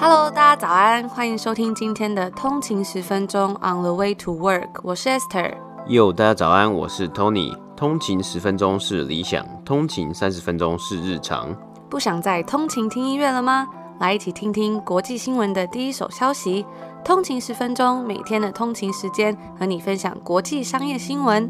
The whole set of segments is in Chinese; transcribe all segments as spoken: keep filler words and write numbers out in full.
Hello， 大家早安，欢迎收听今天的通勤十分钟 On the way to work， 我是 Esther。 哟，大家早安，我是 Tony。通勤十分钟是理想，通勤三十分钟是日常。 不想再通勤听音乐了吗？来一起听听国际新闻的第一手消息。通勤十分钟，每天的通勤时间和你分享国际商业新闻。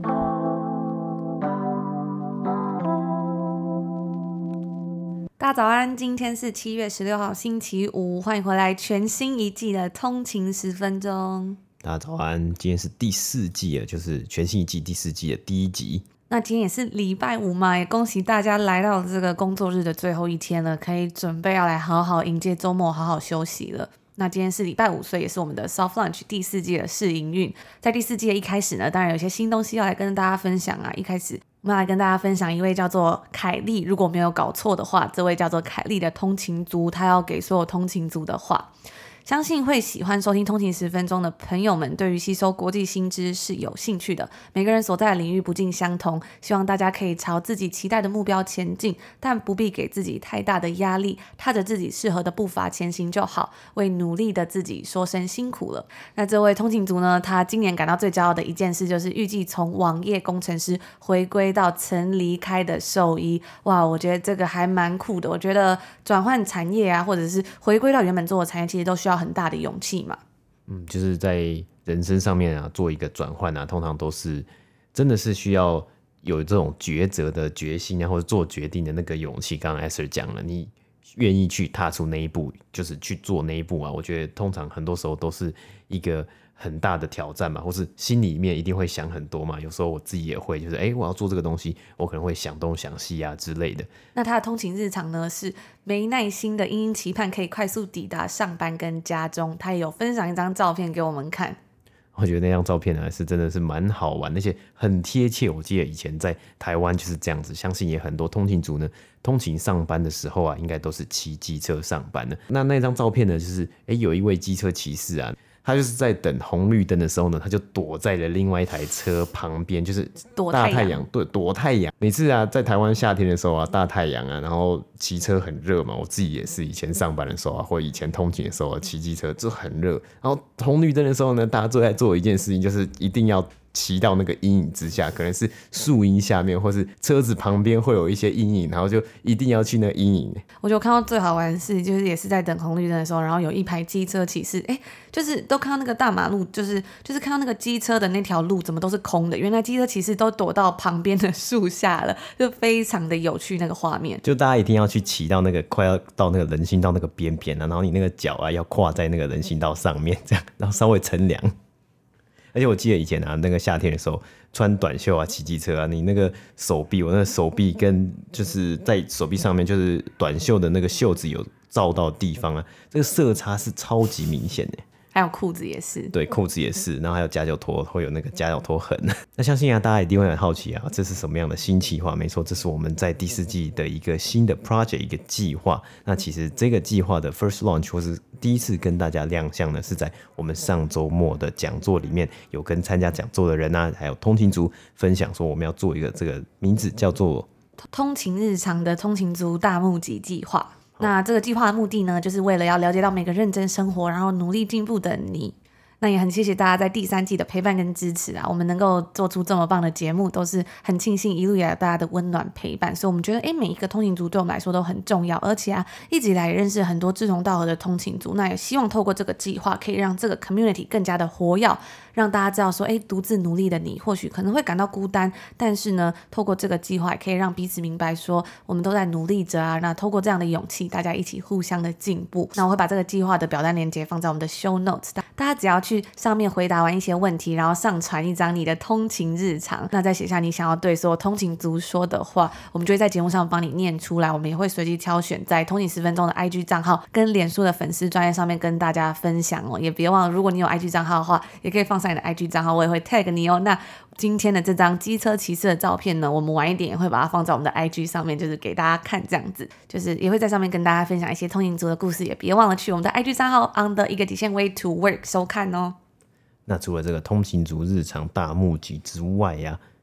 大家早安，今天是七月十六号星期五，欢迎回来全新一季的通勤十分钟。 大家早安，今天是第四季了，就是全新一季第四季的第一集。 那今天也是礼拜五嘛，也恭喜大家来到这个工作日的最后一天了，可以准备要来好好迎接周末，好好休息了。那今天是礼拜五，所以也是我们的 Soft Launch 第四季的试营运。在第四季的一开始呢，当然有一些新东西要来跟大家分享啊。一开始我们要来跟大家分享一位叫做凯莉，如果没有搞错的话，这位叫做凯莉的通勤族，他要给所有通勤族的话。相信会喜欢收听通勤十分钟的朋友们，对于吸收国际新知是有兴趣的。每个人所在的领域不尽相同，希望大家可以朝自己期待的目标前进，但不必给自己太大的压力，踏着自己适合的步伐前行就好。为努力的自己说声辛苦了。那这位通勤族呢，他今年感到最骄傲的一件事，就是预计从网页工程师回归到曾离开的兽医。哇，我觉得这个还蛮酷的。我觉得转换产业啊，或者是回归到原本做的产业，其实都需要很大的勇气嘛。 嗯，就是在人生上面啊，做一个转换啊，通常都是真的是需要有这种抉择的决心啊，或者做决定的那个勇气。刚刚 Esther 讲了，你愿意去踏出那一步，就是去做那一步啊。我觉得通常很多时候都是一个很大的挑战嘛，或是心里面一定会想很多嘛。有时候我自己也会，就是哎、欸，我要做这个东西，我可能会想东想西啊之类的。 那他的通勤日常呢，是没耐心的殷殷期盼可以快速抵达上班跟家中。他也有分享一张照片给我们看。 我觉得那张照片呢是真的是蛮好玩，而且很贴切。我记得以前在台湾就是这样子，相信也很多通勤族呢，通勤上班的时候啊，应该都是骑机车上班的。那那张照片呢，就是哎、欸，有一位机车骑士啊，他就是在等红绿灯的时候呢，他就躲在了另外一台车旁边，就是大太阳，对，躲太阳。每次啊，在台湾夏天的时候啊，大太阳啊，然后骑车很热嘛，我自己也是以前上班的时候啊，或者以前通勤的时候啊，骑机车就很热。然后红绿灯的时候呢，大家最爱做一件事情，就是一定要骑到那个阴影之下，可能是树荫下面，或是车子旁边会有一些阴影，然后就一定要去那个阴影。 我觉得我看到最好玩的事，就是也是在等红绿灯的时候，然后有一排机车骑士，哎，就是都看到那个大马路，就是就是看到那个机车的那条路怎么都是空的，原来机车骑士都躲到旁边的树下了，就非常的有趣那个画面。 就大家一定要去骑到那个快要到那个人行道那个边边啊，然后你那个脚啊要跨在那个人行道上面，这样，然后稍微乘凉。而且我记得以前啊，那个夏天的时候穿短袖啊，骑机车啊，你那个手臂，我那个手臂跟就是在手臂上面，就是短袖的那个袖子有照到的地方啊，这个色差是超级明显的。 还有裤子也是， 对，裤子也是，然后还有夹脚拖会有那个夹脚拖痕。那相信啊，大家一定会很好奇啊，这是什么样的新企划？没错，这是我们在第四季的一个新的 project， 一个计划。那其实这个计划的 first launch 或是第一次跟大家亮相呢，是在我们上周末的讲座里面，有跟参加讲座的人啊，还有通勤族分享说，我们要做一个这个名字叫做通勤日常的通勤族大募集计划。那这个计划的目的呢，就是为了要了解到每个认真生活然后努力进步的你。那也很谢谢大家在第三季的陪伴跟支持啊，我们能够做出这么棒的节目，都是很庆幸一路以来大家的温暖陪伴。所以我们觉得诶，每一个通勤族对我们来说都很重要，而且啊一直以来也认识很多志同道合的通勤族。那也希望透过这个计划可以让这个 community 更加的活跃，让大家知道说诶，独自努力的你或许可能会感到孤单，但是呢透过这个计划也可以让彼此明白说我们都在努力着啊。那透过这样的勇气，大家一起互相的进步。那我会把这个计划的表单连结放在我们的 show notes， 大家只要去上面回答完一些问题，然后上传一张你的通勤日常，那再写下你想要对所有通勤族说的话，我们就会在节目上帮你念出来。我们也会随机挑选在通勤十分钟的 I G 账号跟脸书的粉丝专页上面跟大家分享哦。也别忘了，如果你有 I G 账号的话，也可以放上你的 I G 账号，我也会 tag 你哦。那今天的这张机车骑士的照片呢，我们晚一点也会把它放在我们的 I G 上面，就是给大家看，这样子就是也会在上面跟大家分享一些通勤族的故事。也别忘了去我们的 I G 账号 on the 一个底线 way to work 收看哦。 那除了这个通勤族日常大募集之外呀、啊，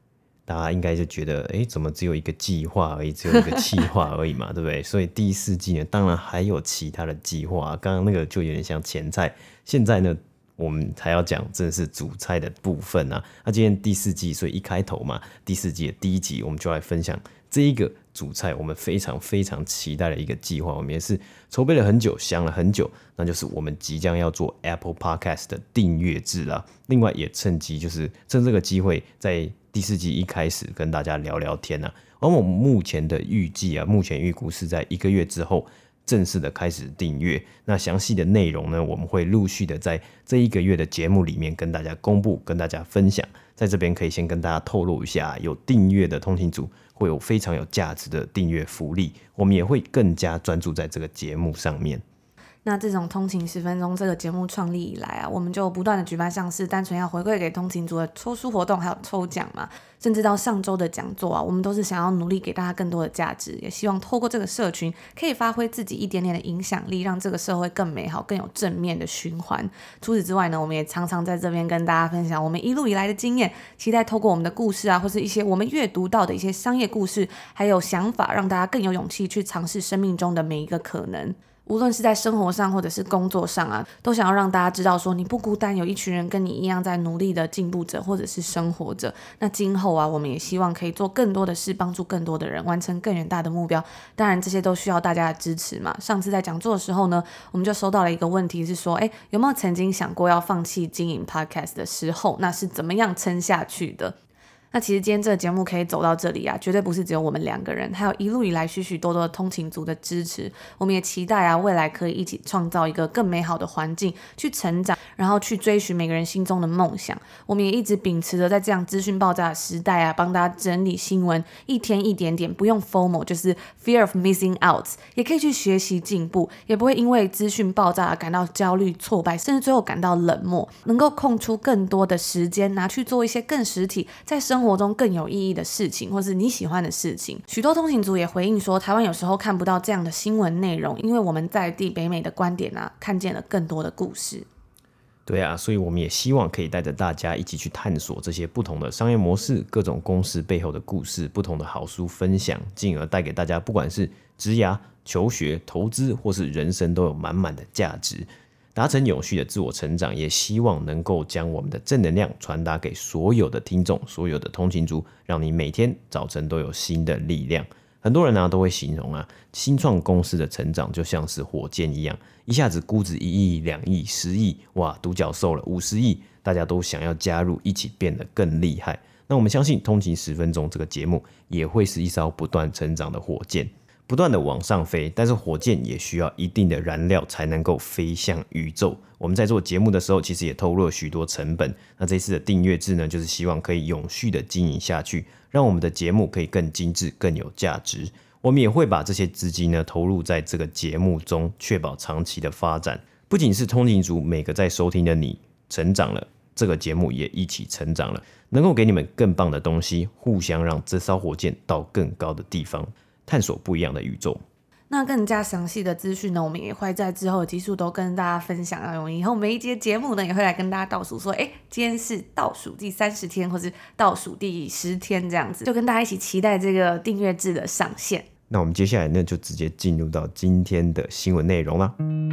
大家应该就觉得，哎，怎么只有一个计划而已，只有一个企划而已嘛，对不对？所以第四季呢，当然还有其他的计划，刚刚那个就有点像前菜，现在呢，我们才要讲真的是主菜的部分啊。那今天第四季，所以一开头嘛，第四季的第一集，我们就来分享这一个主菜，我们非常非常期待的一个计划，我们也是筹备了很久，想了很久，那就是我们即将要做 Apple Podcast 的订阅制啦。另外也趁机就是趁这个机会，在第四季一开始跟大家聊聊天啊。而我们目前的预计啊，目前预估是在一个月之后正式的开始订阅。那详细的内容呢，我们会陆续的在这一个月的节目里面跟大家公布，跟大家分享。在这边可以先跟大家透露一下，有订阅的通勤族会有非常有价值的订阅福利，我们也会更加专注在这个节目上面。 那这种通勤十分钟这个节目创立以来啊，我们就不断的举办像是单纯要回馈给通勤族的抽书活动，还有抽奖嘛，甚至到上周的讲座啊，我们都是想要努力给大家更多的价值，也希望透过这个社群可以发挥自己一点点的影响力，让这个社会更美好，更有正面的循环。除此之外呢，我们也常常在这边跟大家分享我们一路以来的经验，期待透过我们的故事啊，或是一些我们阅读到的一些商业故事，还有想法，让大家更有勇气去尝试生命中的每一个可能。无论是在生活上或者是工作上啊，都想要让大家知道说你不孤单，有一群人跟你一样在努力的进步者或者是生活者。那今后啊，我们也希望可以做更多的事，帮助更多的人完成更远大的目标。当然这些都需要大家的支持嘛。上次在讲座的时候呢，我们就收到了一个问题是说，诶，有没有曾经想过要放弃经营 podcast 的时候，那是怎么样撑下去的？那其实今天这个节目可以走到这里啊，绝对不是只有我们两个人，还有一路以来许许多多的通勤族的支持。我们也期待啊，未来可以一起创造一个更美好的环境，去成长，然后去追寻每个人心中的梦想。我们也一直秉持着在这样资讯爆炸的时代啊，帮大家整理新闻，一天一点点，不用 FOMO， 就是 Fear of Missing Out， 也可以去学习进步，也不会因为资讯爆炸而感到焦虑、挫败，甚至最后感到冷漠。能够空出更多的时间，拿去做一些更实体，在生活生活中更有意义的事情，或是你喜欢的事情。许多通勤族也回应说，台湾有时候看不到这样的新闻内容，因为我们在地北美的观点啊，看见了更多的故事。 对啊，所以我们也希望可以带着大家一起去探索这些不同的商业模式，各种公司背后的故事，不同的好书分享，进而带给大家不管是职涯、求学、投资或是人生都有满满的价值，达成永续的自我成长。也希望能够将我们的正能量传达给所有的听众，所有的通勤族，让你每天早晨都有新的力量。很多人啊都会形容啊，新创公司的成长就像是火箭一样，一下子估值一亿、两亿、十亿，哇，独角兽了五十亿，大家都想要加入，一起变得更厉害。那我们相信通勤十分钟这个节目也会是一艘不断成长的火箭，不断的往上飞，但是火箭也需要一定的燃料才能够飞向宇宙。我们在做节目的时候，其实也投入了许多成本。那这次的订阅制呢，就是希望可以永续的经营下去，让我们的节目可以更精致、更有价值。我们也会把这些资金呢投入在这个节目中，确保长期的发展。不仅是通勤族每个在收听的你成长了，这个节目也一起成长了，能够给你们更棒的东西，互相让这艘火箭到更高的地方，探索不一样的宇宙。 那更加详细的资讯呢，我们也会在之后的集数都跟大家分享。我们以后每一节节目呢，也会来跟大家倒数说，哎，今天是倒数第三十天，或是倒数第十天这样子，就跟大家一起期待这个订阅制的上线。 那我们接下来呢，就直接进入到今天的新闻内容啦。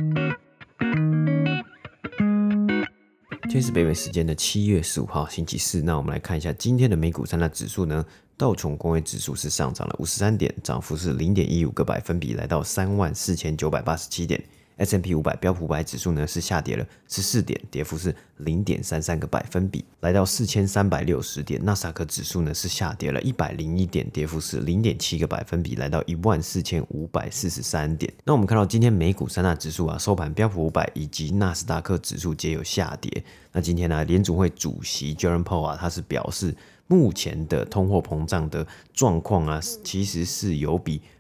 今天是北美时间的七月十五号星期四，那我们来看一下今天的美股三大指数呢。道琼工业指数是上涨了五十三点，涨幅是 零点一五 个百分比，来到三万四千九百八十七点。S and P 五百 标普五百指数呢是下跌了十四点，跌幅是 零点三三 个百分比，来到四千三百六十点。纳斯达克指数呢是下跌了一百零一点，跌幅是 零点七 个百分比，来到一万四千五百四十三点。那我们看到今天美股三大指数啊，收盘标普五百以及纳斯达克指数皆有下跌。那今天呢、啊，联储会主席 Jerome Powell 啊，他是表示目前的通货膨胀的状况啊，其实是有比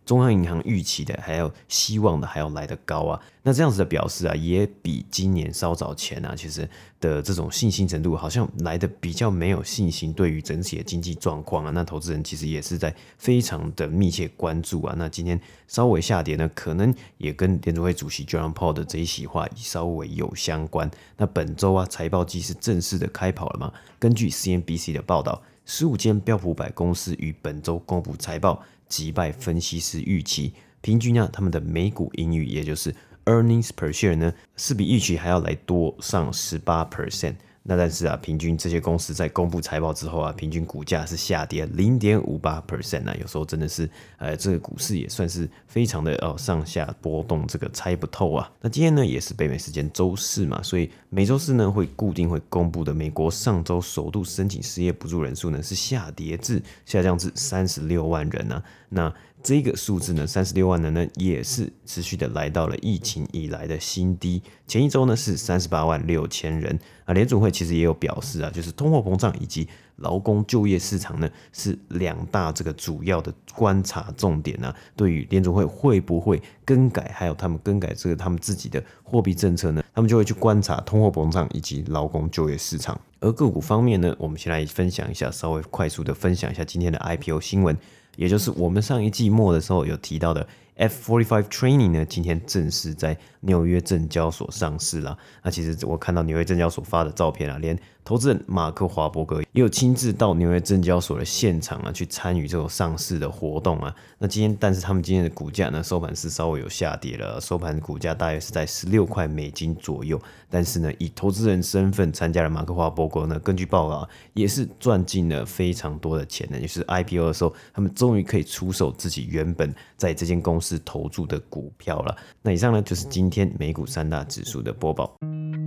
中央银行预期的还有希望的还要来得高啊。那这样子的表示啊，也比今年稍早前啊，其实的这种信心程度好像来的比较没有信心，对于整体的经济状况啊，那投资人其实也是在非常的密切关注啊。那今天稍微下跌呢，可能也跟联储会主席 Jerome Powell 的这一席话稍微有相关。那本周啊，财报季是正式的开跑了嘛？根据 C N B C 的报道，十五间标普五百公司于本周公布财报，击败分析师预期，平均啊，他们的每股盈余也就是 earnings per share 呢，是比预期还要来多上 百分之十八。那但是啊，平均这些公司在公布财报之后啊，平均股价是下跌 百分之零点五八 啊，有时候真的是呃，这个股市也算是非常的哦上下波动，这个猜不透啊。那今天呢也是北美时间周四嘛，所以每周四呢会固定会公布的美国上周首度申请失业补助人数呢是下跌至下降至三十六万人啊。那这个数字呢，三十六万人呢，也是持续的来到了疫情以来的新低。前一周呢是三十八万六千人啊。联准会其实也有表示啊，就是通货膨胀以及劳工就业市场呢是两大这个主要的观察重点啊。对于联准会会不会更改，还有他们更改这个他们自己的货币政策呢，他们就会去观察通货膨胀以及劳工就业市场。而个股方面呢，我们先来分享一下，稍微快速的分享一下今天的 I P O 新闻。也就是我们上一季末的时候有提到的 F 四十五 Training 呢，今天正式在纽约证交所上市了。那其实我看到纽约证交所发的照片啊，连投资人马克华伯格也有亲自到纽约证交所的现场啊，去参与这种上市的活动啊。那今天，但是他们今天的股价呢，收盘是稍微有下跌了，收盘股价大约是在十六块美金左右。但是呢，以投资人身份参加的马克华伯格呢，根据报告、啊、也是赚进了非常多的钱的，就是 I P O 的时候，他们终于可以出手自己原本在这间公司投注的股票了。那以上呢，就是今天美股三大指数的播报。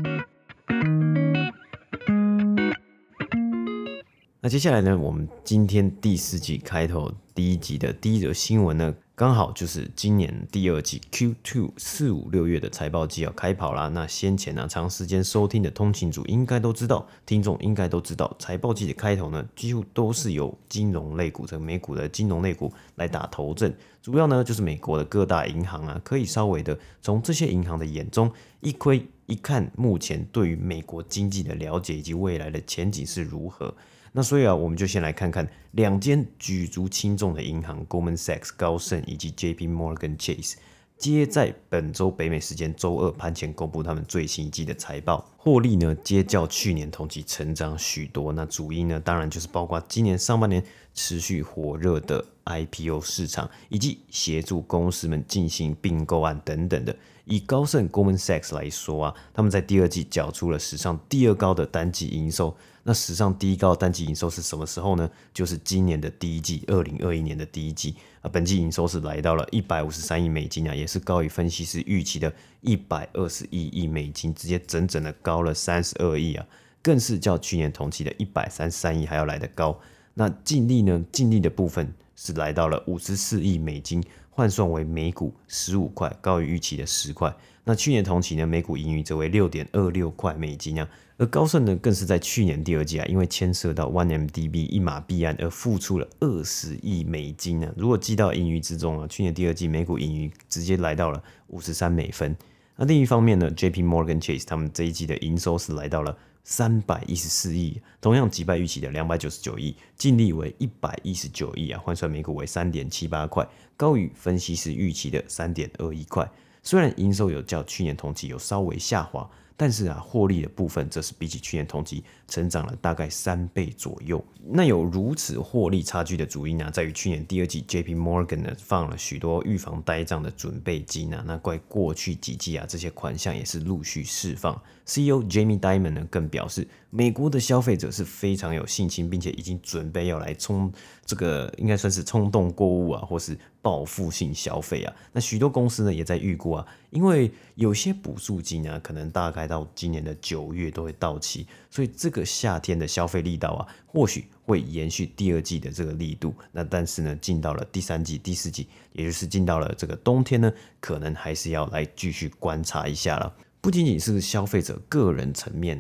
那接下来呢，我们今天第四季开头第一集的第一则新闻呢，刚好就是今年第二季 Q 二 四五六月的财报季要开跑啦。那先前呢、啊，长时间收听的通勤族应该都知道，听众应该都知道，财报季的开头呢，几乎都是由金融类股，这个美股的金融类股来打头阵。主要呢就是美国的各大银行啊，可以稍微的从这些银行的眼中一窥一看，目前对于美国经济的了解以及未来的前景是如何。那所以啊，我们就先来看看两间举足轻重的银行 Goldman Sachs 高盛以及 J P Morgan Chase， 皆在本周北美时间周二盘前公布他们最新一季的财报，获利呢皆较去年同期成长许多。那主因呢，当然就是包括今年上半年持续火热的 I P O 市场，以及协助公司们进行并购案等等的。以高盛 Goldman Sachs 来说啊，他们在第二季缴出了史上第二高的单季营收。那史上第一高的单季营收是什么时候呢？就是今年的第一季，二零二一年的第一季啊，本季营收是来到了一百五十三亿美金啊，也是高于分析师预期的一百二十一亿美金，直接整整的高了三十二亿啊，更是较去年同期的一百三十三亿还要来得高。那净利呢？净利的部分是来到了五十四亿美金，换算为每股十五块，高于预期的十块。那去年同期呢，每股盈余则为 六点二六块美金啊。而高盛呢，更是在去年第二季啊，因为牵涉到 one M D B 一码弊案而付出了二十亿美金啊。如果计到盈余之中啊，去年第二季每股盈余直接来到了五十三美分。那另一方面呢 ，J P Morgan Chase 他们这一季的营收是来到了三百一十四亿，同样击败预期的两百九十九亿，净利为一百一十九亿啊，换算每股为 三点七八块，高于分析师预期的 三点二一块。虽然营收有较去年同期有稍微下滑，但是啊，获利的部分则是比起去年同期成长了大概三倍左右。那有如此获利差距的主因啊，在于去年第二季 J P Morgan 呢放了许多预防呆账的准备金啊，那怪过去几季啊，这些款项也是陆续释放。C E O Jamie Dimon 呢更表示，美国的消费者是非常有信心，并且已经准备要来冲这个应该算是冲动购物啊，或是报复性消费啊。那许多公司呢也在预估啊，因为有些补助金啊，可能大概到今年的九月都会到期，所以这个夏天的消费力道啊，或许会延续第二季的这个力度。那但是呢，进到了第三季、第四季，也就是进到了这个冬天呢，可能还是要来继续观察一下了。不仅仅是消费者个人层面呢、啊、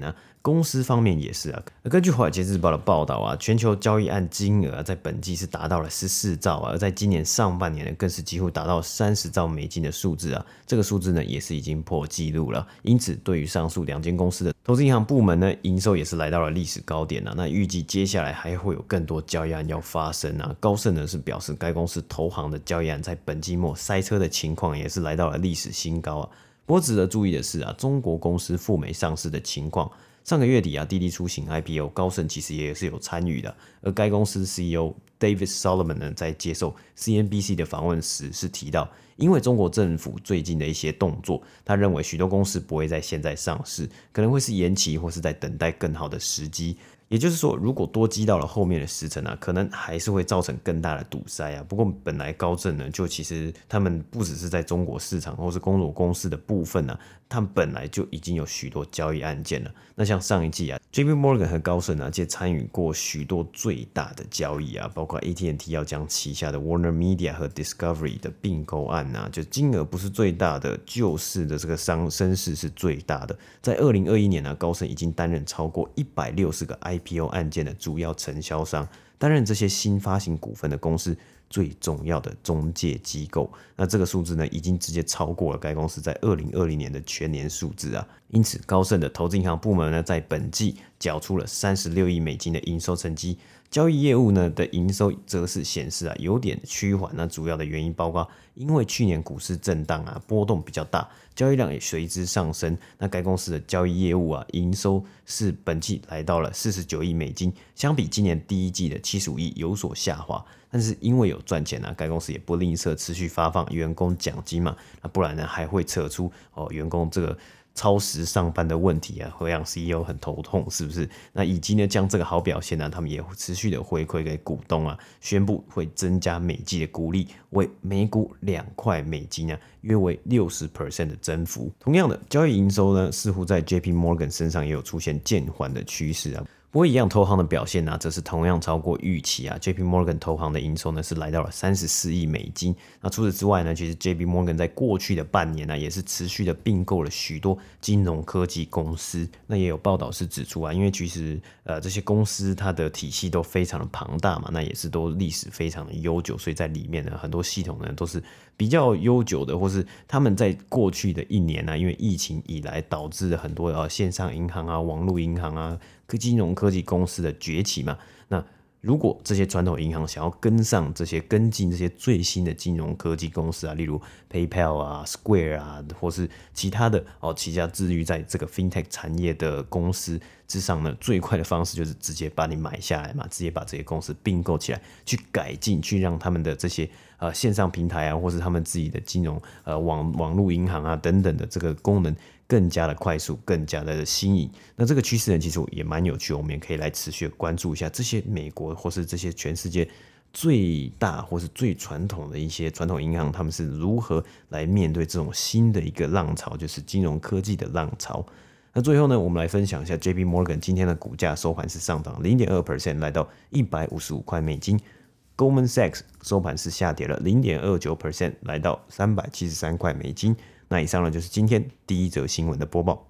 公司方面也是啊，根据华尔街日报的报道啊，全球交易案金额、啊、在本季是达到了十四兆啊，而在今年上半年呢，更是几乎达到三十兆美金的数字啊，这个数字呢也是已经破纪录了。因此，对于上述两间公司的投资银行部门呢，营收也是来到了历史高点啊。那预计接下来还会有更多交易案要发生啊。高盛呢是表示，该公司投行的交易案在本季末塞车的情况也是来到了历史新高啊。不过值得注意的是啊，中国公司赴美上市的情况。上个月底啊，滴滴出行 I P O， 高盛其实也是有参与的。而该公司 C E O David Solomon 呢，在接受 C N B C 的访问时是提到，因为中国政府最近的一些动作，他认为许多公司不会在现在上市，可能会是延期或是在等待更好的时机。也就是说，如果多积到了后面的时程啊，可能还是会造成更大的堵塞啊。不过本来高盛呢，就其实他们不只是在中国市场或是公有公司的部分啊，他们本来就已经有许多交易案件了。那像上一季啊 ，J P Morgan 和高盛啊，皆参与过许多最大的交易啊，包括 A T and T 要将旗下的 Warner Media 和 Discovery 的并购案啊，就金额不是最大的，就是的这个商声势是最大的。在二零二一年呢、啊，高盛已经担任超过一百六十个 I P O 案件的主要承销商，担任这些新发行股份的公司最重要的中介机构。那这个数字呢，已经直接超过了该公司在二零二零年的全年数字啊。因此，高盛的投资银行部门呢，在本季缴出了三十六亿美金的营收成绩。交易业务呢的营收则是显示啊有点趋缓，那主要的原因包括因为去年股市震荡啊波动比较大，交易量也随之上升。那该公司的交易业务啊营收是本季来到了四十九亿美金，相比今年第一季的七十五亿有所下滑。但是因为有赚钱啊，该公司也不吝啬持续发放员工奖金嘛，那不然呢还会扯出哦员工这个超时上班的问题啊，会让 C E O 很头痛，是不是？那以及呢，将这个好表现呢、啊，他们也持续的回馈给股东啊，宣布会增加每季的股利为每股两块美金啊，约为百分之六十 的增幅。同样的，交易营收呢，似乎在 J P Morgan 身上也有出现渐缓的趋势啊。不过一样，投行的表现呢、啊，则是同样超过预期啊。J P Morgan 投行的营收呢是来到了三十四亿美金。那除此之外呢，其实 J P Morgan 在过去的半年呢、啊，也是持续的并购了许多金融科技公司。那也有报道是指出啊，因为其实呃这些公司它的体系都非常的庞大嘛，那也是都历史非常的悠久，所以在里面呢很多系统呢都是比较悠久的，或是他们在过去的一年呢、啊，因为疫情以来导致了很多呃线上银行啊、网络银行啊。金融科技公司的崛起嘛，那如果这些传统银行想要跟上这些跟进这些最新的金融科技公司啊，例如 PayPal 啊、Square 啊，或是其他的哦，旗下置于在这个 FinTech 产业的公司之上呢，最快的方式就是直接把你买下来嘛，直接把这些公司并购起来，去改进，去让他们的这些呃线上平台啊，或是他们自己的金融呃网网络银行啊等等的这个功能。更加的快速，更加的新颖。那这个趋势呢，其实也蛮有趣，我们也可以来持续的关注一下这些美国或是这些全世界最大或是最传统的一些传统银行，他们是如何来面对这种新的一个浪潮，就是金融科技的浪潮。那最后呢，我们来分享一下 J P Morgan 今天的股价收盘是上涨 百分之零点二 来到一百五十五块美金。Goldman Sachs 收盘是下跌了 百分之零点二九 来到三百七十三块美金。那以上呢就是今天第一则新闻的播报。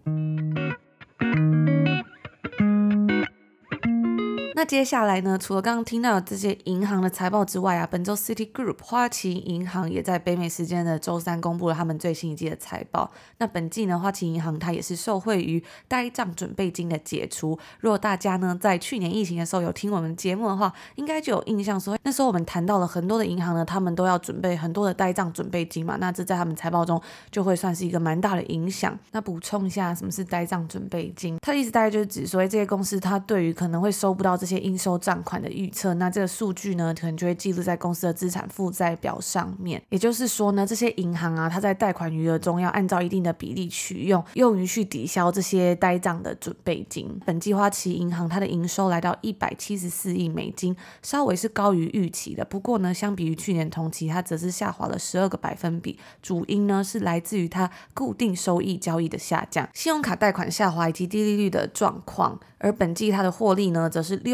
那接下来呢，除了刚刚听到的这些银行的财报之外啊，本周 Citigroup 花旗银行也在北美时间的周三公布了他们最新一季的财报。那本季呢，花旗银行它也是受惠于呆账准备金的解除。如果大家呢在去年疫情的时候有听我们节目的话，应该就有印象说，那时候我们谈到了很多的银行呢，他们都要准备很多的呆账准备金嘛，那这在他们财报中就会算是一个蛮大的影响。那补充一下，什么是呆账准备金？它的意思大概就是指说，这些公司它对于可能会收不到这些应收账款的预测，那这个数据呢，可能就会记录在公司的资产负债表上面。也就是说呢，这些银行啊，它在贷款余额中要按照一定的比例取用，用于去抵消这些呆账的准备金。本季花旗银行它的营收来到一百七十四亿美金，稍微是高于预期的。不过呢，相比于去年同期，它则是下滑了十二个百分比。主因呢是来自于它固定收益交易的下降、信用卡贷款下滑以及低利率的状况。而本季它的获利呢，则是 百分之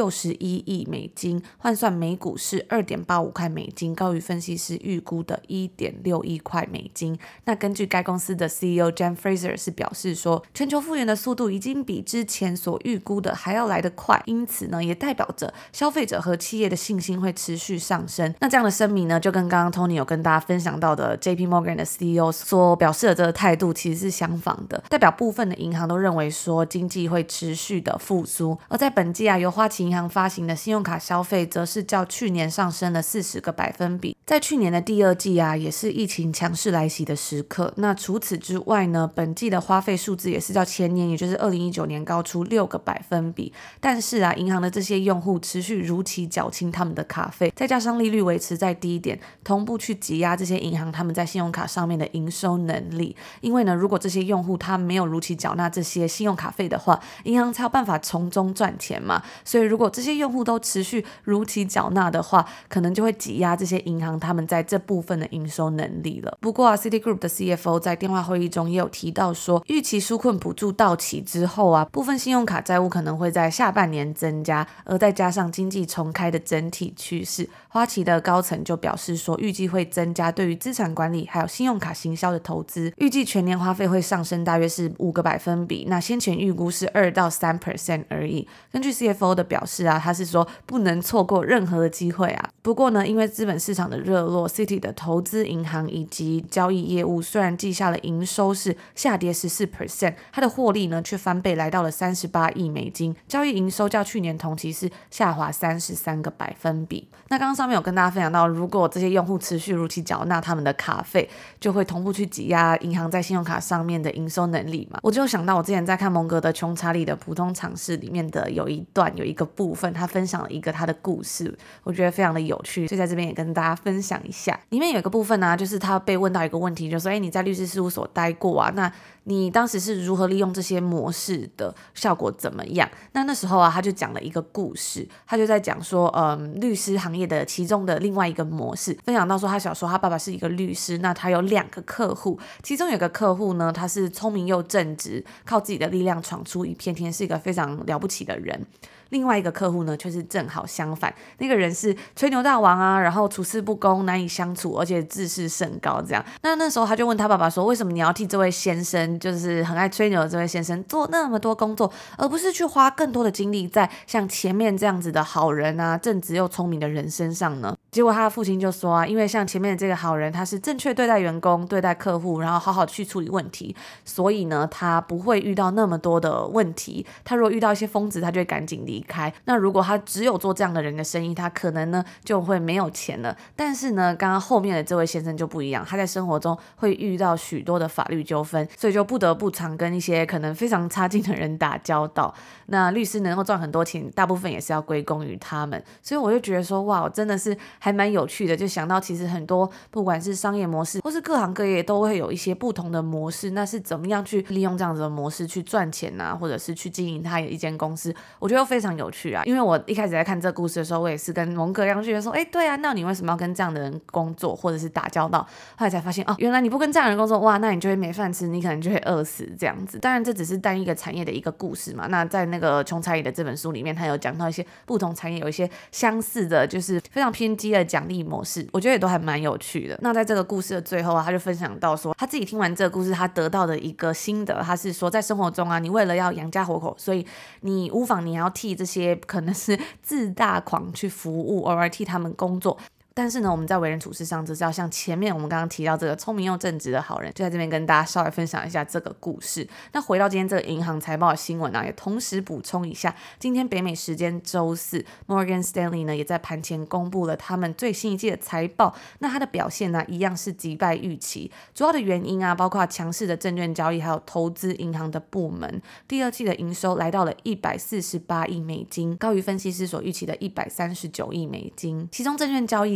六十一亿美金，换算每股是 二点八五块美金，高于分析师预估的 一点六一块美金。那根据该公司的 C E O Jen Fraser 是表示说，全球复原的速度已经比之前所预估的还要来得快，因此呢，也代表着消费者和企业的信心会持续上升。那这样的声明呢，就跟刚刚 Tony 有跟大家分享到的 J P Morgan 的 C E O 所表示的这个态度其实是相仿的，代表部分的银行都认为说经济会持续的复苏。而在本季啊，由花旗银行发行的信用卡消费则是较去年上升了四十个百分比。在去年的第二季啊，也是疫情强势来袭的时刻。那除此之外呢，本季的花费数字也是较前年，也就是二零一九年高出六个百分比。但是啊，银行的这些用户持续如期缴清他们的卡费，再加上利率维持在低点，同步去挤压这些银行他们在信用卡上面的营收能力。因为呢，如果这些用户他没有如期缴纳这些信用卡费的话，银行才有办法从中赚钱嘛。所以如果这些用户都持续如期缴纳的话，可能就会挤压这些银行他们在这部分的营收能力了。不过啊 Citigroup 的 C F O 在电话会议中也有提到说，预期纾困补助到期之后啊，部分信用卡债务可能会在下半年增加，而再加上经济重开的整体趋势，花旗的高层就表示说，预计会增加对于资产管理还有信用卡行销的投资，预计全年花费会上升大约是五个百分比，那先前预估是二到三 percent 而已。根据 C F O 的表示啊，他是说不能错过任何的机会啊。不过呢，因为资本市场的热络 ，Citi 的投资银行以及交易业务虽然记下了营收是下跌 百分之十四， 它的获利呢却翻倍来到了三十八亿美金，交易营收较去年同期是下滑三十三个百分比。那刚刚上面有跟大家分享到，如果这些用户持续如期缴纳他们的卡费，就会同步去挤压银行在信用卡上面的营收能力嘛。我就想到我之前在看蒙格的《穷查理的普通常识》里面的有一段有一个部分，他分享了一个他的故事，我觉得非常的有趣，所以在这边也跟大家分享一下。里面有一个部分呢、啊，就是他被问到一个问题，就说：“哎，你在律师事务所待过啊？那你当时是如何利用这些模式的，效果怎么样？”那那时候啊，他就讲了一个故事，他就在讲说，嗯，律师行业的其中的另外一个模式，分享到说他小时候他爸爸是一个律师，那他有两个客户，其中有个客户呢，他是聪明又正直，靠自己的力量闯出一片天，是一个非常了不起的人。另外一个客户呢，却是正好相反，那个人是吹牛大王啊，然后处事不公，难以相处，而且自视甚高这样。那那时候他就问他爸爸说，为什么你要替这位先生，就是很爱吹牛的这位先生做那么多工作，而不是去花更多的精力在像前面这样子的好人啊，正直又聪明的人身上呢？结果他的父亲就说啊，因为像前面的这个好人，他是正确对待员工，对待客户，然后好好去处理问题，所以呢，他不会遇到那么多的问题。他如果遇到一些疯子，他就会赶紧离开。那如果他只有做这样的人的生意，他可能呢就会没有钱了。但是呢，刚刚后面的这位先生就不一样，他在生活中会遇到许多的法律纠纷，所以就不得不常跟一些可能非常差劲的人打交道。那律师能够赚很多钱，大部分也是要归功于他们。所以我就觉得说，哇，真的是还蛮有趣的，就想到其实很多不管是商业模式或是各行各业都会有一些不同的模式，那是怎么样去利用这样子的模式去赚钱啊，或者是去经营他一间公司，我觉得非常有趣啊。因为我一开始在看这个故事的时候，我也是跟蒙哥一样觉得说，哎，对啊，那你为什么要跟这样的人工作或者是打交道？后来才发现哦，原来你不跟这样的人工作，哇，那你就会没饭吃，你可能就会饿死这样子。当然这只是单一个产业的一个故事嘛，那在那个穷查理的这本书里面，他有讲到一些不同产业有一些相似的，就是非常偏激的奖励模式，我觉得也都还蛮有趣的。那在这个故事的最后啊，他就分享到说，他自己听完这个故事，他得到的一个心得，他是说在生活中啊，你为了要养家活口，所以你无妨你要替这些可能是自大狂去服务，偶尔替他们工作。但是呢，我们在为人处事上就是要像前面我们刚刚提到这个聪明又正直的好人，就在这边跟大家稍微分享一下这个故事。那回到今天这个银行财报的新闻啊，也同时补充一下，今天北美时间周四 Morgan Stanley 呢也在盘前公布了他们最新一季的财报，那它的表现呢一样是击败预期，主要的原因啊包括强势的证券交易还有投资银行的部门，第二季的营收来到了一百四十八亿美金，高于分析师所预期的一百三十九亿美金，其中证券交易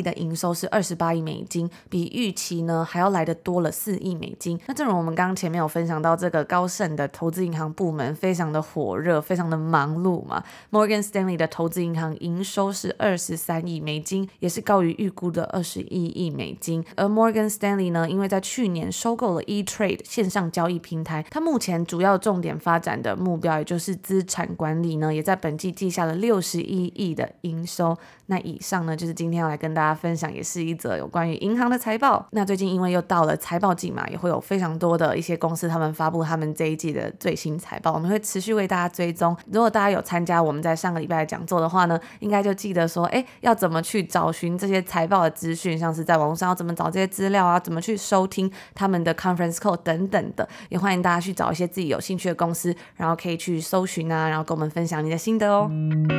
的营收是二十八亿美金，比预期呢还要来得多了四亿美金。那正如我们刚刚前面有分享到，这个高盛的投资银行部门非常的火热，非常的忙碌嘛。Morgan Stanley 的投资银行营收是二十三亿美金，也是高于预估的二十一亿美金。而 Morgan Stanley 呢，因为在去年收购了 E-Trade 线上交易平台，它目前主要重点发展的目标也就是资产管理呢，也在本季记下了六十一亿的营收。那以上呢就是今天要来跟大家分享，也是一则有关于银行的财报。那最近因为又到了财报季嘛，也会有非常多的一些公司他们发布他们这一季的最新财报，我们会持续为大家追踪。如果大家有参加我们在上个礼拜的讲座的话呢，应该就记得说哎，要怎么去找寻这些财报的资讯，像是在网络上要怎么找这些资料啊，怎么去收听他们的 conference call 等等的。也欢迎大家去找一些自己有兴趣的公司，然后可以去搜寻啊，然后跟我们分享你的心得哦。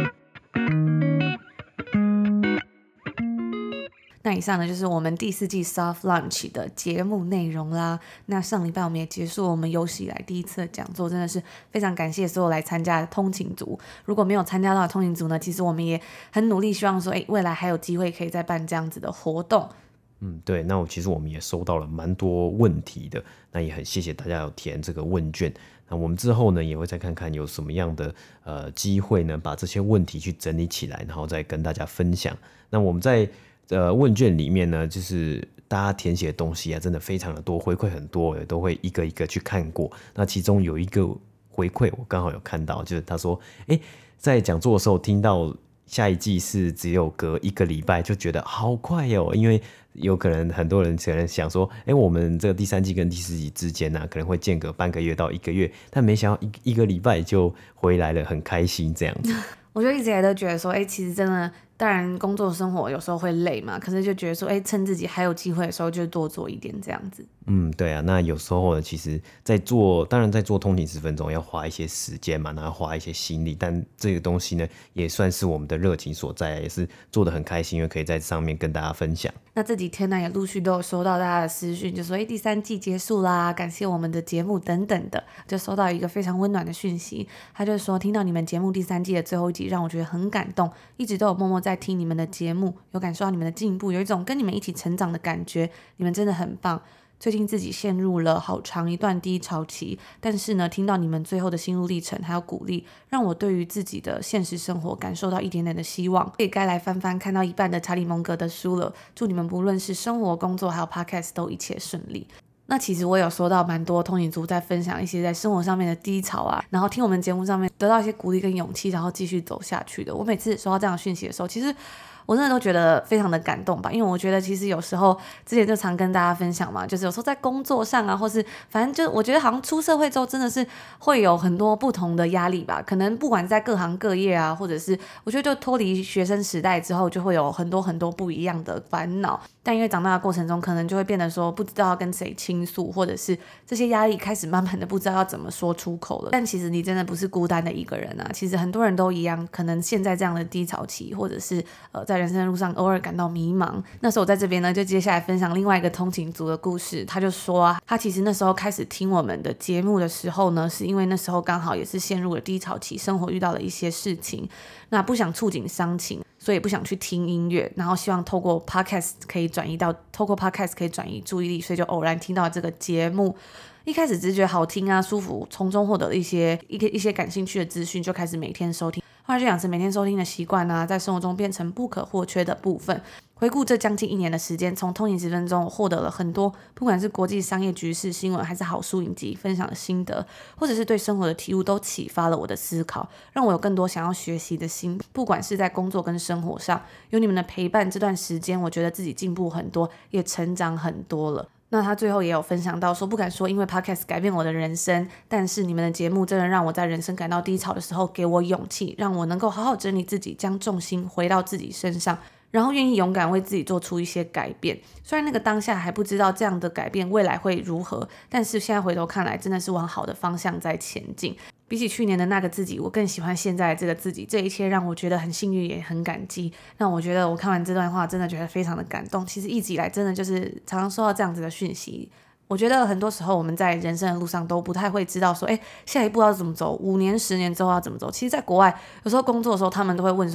那以上呢就是我们第四季 Soft Launch 的节目内容啦。那上礼拜我们也结束了我们有史以来第一次的讲座，真的是非常感谢所有来参加的通勤族。如果没有参加到的通勤族呢，其实我们也很努力，希望说，哎，未来还有机会可以再办这样子的活动。 嗯，对，那我其实我们也收到了蛮多问题的，那也很谢谢大家有填这个问卷。那我们之后呢，也会再看看有什么样的呃机会呢，把这些问题去整理起来，然后再跟大家分享。那我们在呃问卷里面呢，就是大家填写的东西啊，真的非常的多，回馈很多，也都会一个一个去看过。那其中有一个回馈我刚好有看到，就是他说，哎，在讲座的时候听到下一季是只有隔一个礼拜，就觉得好快哦，因为有可能很多人可能想说，哎，我们这个第三季跟第四季之间呢、啊，可能会间隔半个月到一个月，但没想到一一个礼拜就回来了，很开心这样子。 我就一直也都觉得说，哎，其实真的，当然工作生活有时候会累嘛，可是就觉得说，哎，趁自己还有机会的时候，就多做一点这样子。 嗯，对啊，那有时候呢，其实在做，当然在做通勤十分钟要花一些时间嘛，然后花一些心力，但这个东西呢，也算是我们的热情所在，也是做得很开心，因为可以在上面跟大家分享。 那这几天呢，也陆续都有收到大家的私讯，就说，哎，第三季结束啦，感谢我们的节目等等的，就收到一个非常温暖的讯息，他就说听到你们节目第三季的最后一集，让我觉得很感动，一直都有默默在听你们的节目，有感受到你们的进步，有一种跟你们一起成长的感觉，你们真的很棒。最近自己陷入了好长一段低潮期，但是呢，听到你们最后的心路历程还有鼓励，让我对于自己的现实生活感受到一点点的希望，也该来翻翻看到一半的查理蒙格的书了。祝你们不论是生活、工作还有 podcast 都一切顺利。那其实我有收到蛮多通勤族在分享一些在生活上面的低潮啊，然后听我们节目上面得到一些鼓励跟勇气，然后继续走下去的。我每次收到这样的讯息的时候，其实我真的都觉得非常的感动吧，因为我觉得其实有时候之前就常跟大家分享嘛，就是有时候在工作上啊，或是反正就我觉得好像出社会之后真的是会有很多不同的压力吧，可能不管在各行各业啊，或者是我觉得就脱离学生时代之后，就会有很多很多不一样的烦恼，但因为长大的过程中可能就会变得说不知道要跟谁倾诉，或者是这些压力开始慢慢的不知道要怎么说出口了。但其实你真的不是孤单的一个人啊，其实很多人都一样，可能现在这样的低潮期，或者是呃在人生的路上偶尔感到迷茫。那时候我在这边呢，就接下来分享另外一个通勤族的故事。他就说啊，他其实那时候开始听我们的节目的时候呢，是因为那时候刚好也是陷入了低潮期，生活遇到了一些事情，那不想触景伤情，所以不想去听音乐，然后希望透过 podcast 可以转移到透过 podcast 可以转移注意力，所以就偶然听到这个节目。一开始只是觉得好听啊，舒服，从中获得了一些一一些感兴趣的资讯，就开始每天收听。后来就养成每天收听的习惯啊，在生活中变成不可或缺的部分。回顾这将近一年的时间，从通勤十分钟我获得了很多，不管是国际商业局势新闻，还是好书影集分享的心得，或者是对生活的体悟，都启发了我的思考，让我有更多想要学习的心。不管是在工作跟生活上，有你们的陪伴，这段时间我觉得自己进步很多，也成长很多了。那他最后也有分享到说，不敢说因为 podcast 改变我的人生，但是你们的节目真的让我在人生感到低潮的时候给我勇气，让我能够好好整理自己，将重心回到自己身上，然后愿意勇敢为自己做出一些改变。虽然那个当下还不知道这样的改变未来会如何，但是现在回头看来真的是往好的方向在前进。比起去年的那个自己，我更喜欢现在的这个自己，这一切让我觉得很幸运也很感激。那我觉得我看完这段话真的觉得非常的感动。其实一直以来真的就是常常收到这样子的讯息，我觉得很多时候我们在人生的路上都不太会知道说，哎，下一步要怎么走，五年十年之后要怎么走。其实在国外有时候工作的时候他们都会问说，哎，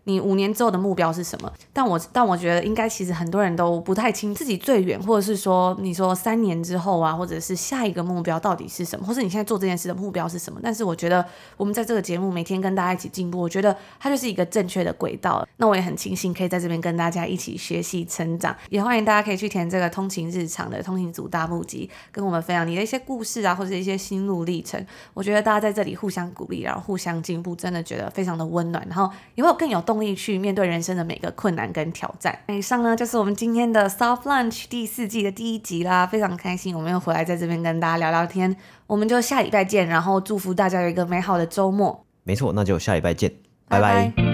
你五年之后的目标是什么。但我但我觉得应该其实很多人都不太清自己最远，或者是说你说三年之后啊，或者是下一个目标到底是什么，或是你现在做这件事的目标是什么。但是我觉得我们在这个节目每天跟大家一起进步，我觉得它就是一个正确的轨道。那我也很庆幸可以在这边跟大家一起学习成长，也欢迎大家可以去填这个通勤日常的通勤族大募集，跟我们分享你的一些故事啊，或者一些心路历程。我觉得大家在这里互相鼓励，然后互相进步，真的觉得非常的温暖，然后也会有更有动力去面对人生的每个困难跟挑战。以上呢就是我们今天的 Soft Lunch 第四季的第一集啦，非常开心我们又回来在这边跟大家聊聊天，我们就下礼拜见，然后祝福大家有一个美好的周末。 没错，那就下礼拜见，拜拜。 拜拜。